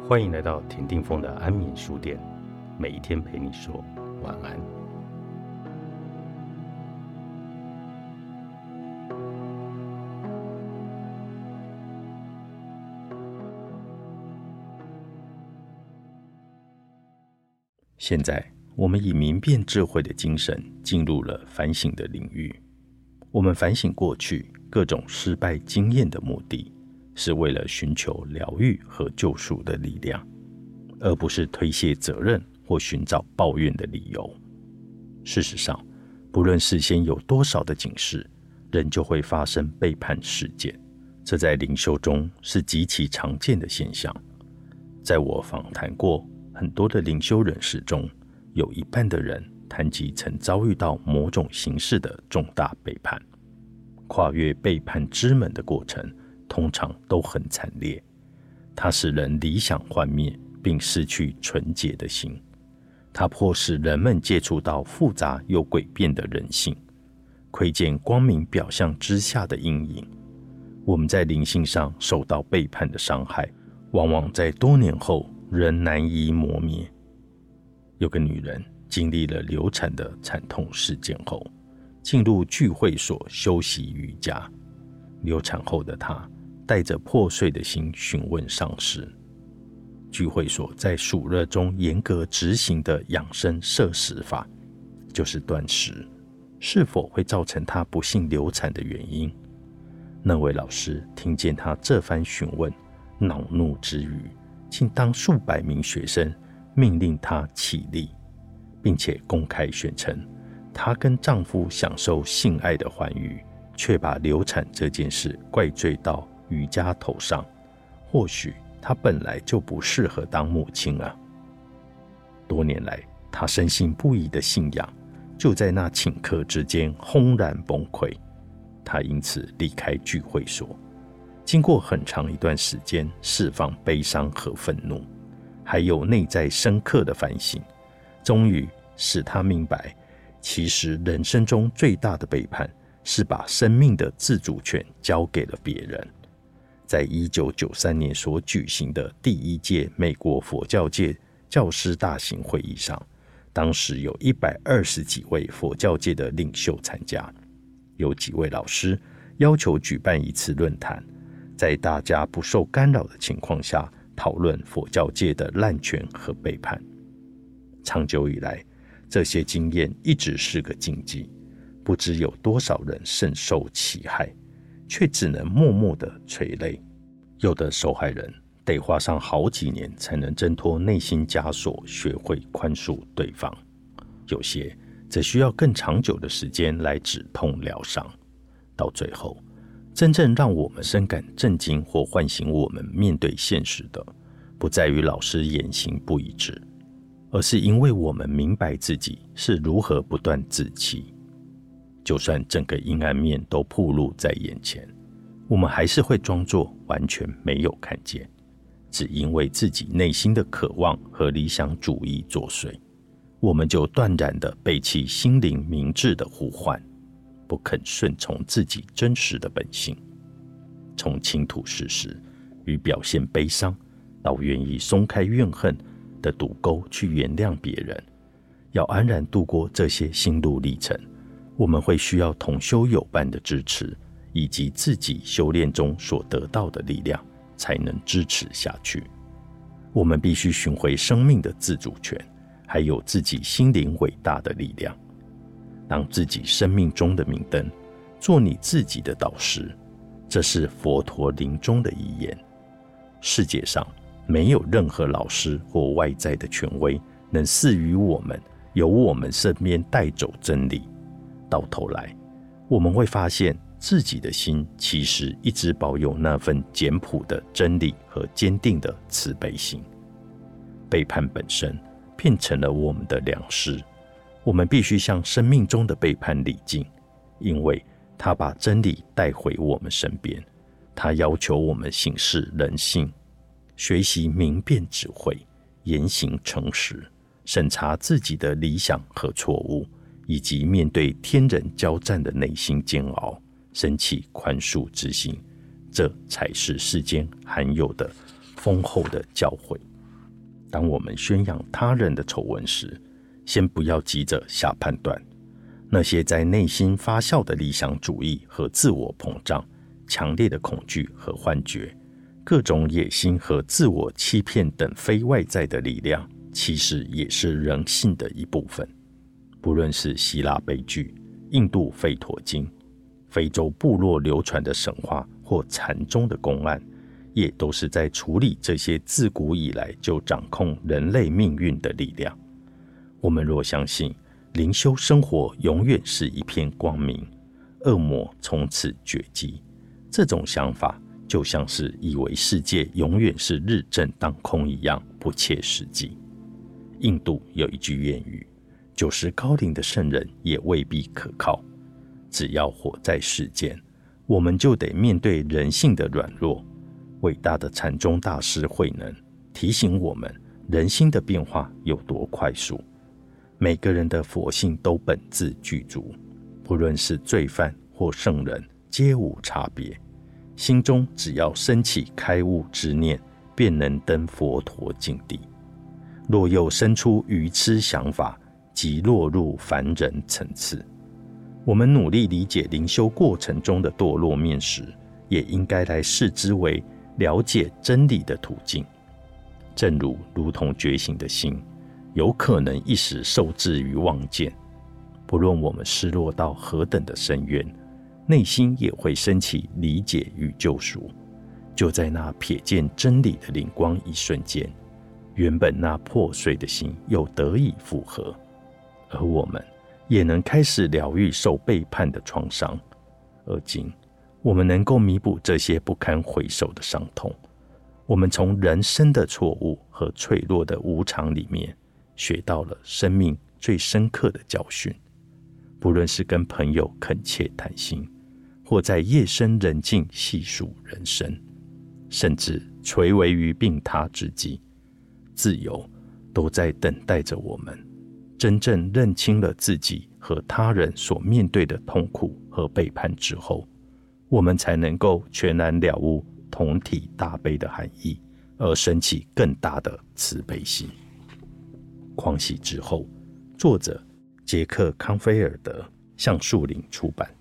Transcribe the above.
欢迎来到田定峰的安眠书店，每一天陪你说晚安。现在，我们以明辨智慧的精神进入了反省的领域。我们反省过去各种失败经验的目的，是为了寻求疗愈和救赎的力量，而不是推卸责任或寻找抱怨的理由。事实上，不论事先有多少的警示，人就会发生背叛事件。这在灵修中是极其常见的现象。在我访谈过很多的灵修人士中，有一半的人谈及曾遭遇到某种形式的重大背叛。跨越背叛之门的过程通常都很惨烈，它使人理想幻灭并失去纯洁的心，它迫使人们接触到复杂又诡辩的人性，窥见光明表象之下的阴影。我们在灵性上受到背叛的伤害，往往在多年后仍难以磨灭。有个女人经历了流产的惨痛事件后，进入聚会所修习瑜伽。流产后的她带着破碎的心询问上师。聚会所在暑热中严格执行的养生摄食法，就是断食，是否会造成她不幸流产的原因？那位老师听见她这番询问，恼怒之余，竟当数百名学生命令她起立，并且公开宣称她跟丈夫享受性爱的欢愉，却把流产这件事怪罪到瑜伽头上。或许她本来就不适合当母亲啊。多年来，她深信不疑的信仰就在那顷刻之间轰然崩溃。她因此离开聚会所，经过很长一段时间释放悲伤和愤怒，还有内在深刻的反省，终于使她明白，其实人生中最大的背叛是把生命的自主权交给了别人。在1993年所举行的第一届美国佛教界教师大型会议上，当时有120几位佛教界的领袖参加，有几位老师要求举办一次论坛，在大家不受干扰的情况下讨论佛教界的滥权和背叛。长久以来，这些经验一直是个禁忌，不知有多少人深受其害，却只能默默地垂泪。有的受害人得花上好几年才能挣脱内心枷锁，学会宽恕对方；有些则需要更长久的时间来止痛疗伤。到最后，真正让我们深感震惊或唤醒我们面对现实的，不在于老师言行不一致，而是因为我们明白自己是如何不断自欺。就算整个阴暗面都暴露在眼前，我们还是会装作完全没有看见，只因为自己内心的渴望和理想主义作祟，我们就断然地背弃心灵明智的呼唤，不肯顺从自己真实的本性。从倾吐事实与表现悲伤，到愿意松开怨恨的堵沟去原谅别人，要安然度过这些心路历程，我们会需要同修友伴的支持，以及自己修炼中所得到的力量，才能支持下去。我们必须寻回生命的自主权，还有自己心灵伟大的力量，当自己生命中的明灯，做你自己的导师。这是佛陀临终的遗言。世界上没有任何老师或外在的权威能赐予我们由我们身边带走真理。到头来，我们会发现自己的心其实一直保有那份简朴的真理和坚定的慈悲心。背叛本身变成了我们的良师，我们必须向生命中的背叛礼敬，因为他把真理带回我们身边。他要求我们行事人性，学习明辨智慧，言行诚实，审查自己的理想和错误，以及面对天人交战的内心煎熬，升起宽恕之心。这才是世间罕有的丰厚的教诲。 当我们宣扬他人的丑闻时，先不要急着下判断。那些在内心发酵的理想主义和自我膨胀、强烈的恐惧和幻觉、各种野心和自我欺骗等非外在的力量，其实也是人性的一部分。不论是希腊悲剧、印度吠陀经、非洲部落流传的神话或禅宗的公案，也都是在处理这些自古以来就掌控人类命运的力量。我们若相信灵修生活永远是一片光明，恶魔从此绝迹，这种想法就像是以为世界永远是日正当空一样不切实际。印度有一句谚语，90高龄的圣人也未必可靠。只要活在世间，我们就得面对人性的软弱。伟大的禅宗大师慧能提醒我们，人心的变化有多快速。每个人的佛性都本自具足，不论是罪犯或圣人，皆无差别。心中只要升起开悟之念，便能登佛陀境地。若又生出愚痴想法，即落入凡人层次。我们努力理解灵修过程中的堕落面时，也应该来视之为了解真理的途径。正如同觉醒的心，有可能一时受制于妄见，不论我们失落到何等的深渊，内心也会升起理解与救赎。就在那瞥见真理的灵光一瞬间，原本那破碎的心又得以复合，而我们也能开始疗愈受背叛的创伤。而今我们能够弥补这些不堪回首的伤痛。我们从人生的错误和脆弱的无常里面学到了生命最深刻的教训。不论是跟朋友恳切谈心，或在夜深人静细数人生，甚至垂危于病榻之际，自由都在等待着我们。真正认清了自己和他人所面对的痛苦和背叛之后，我们才能够全然了悟同体大悲的含义，而升起更大的慈悲心。狂喜之后，作者杰克·康菲尔德橡树林出版。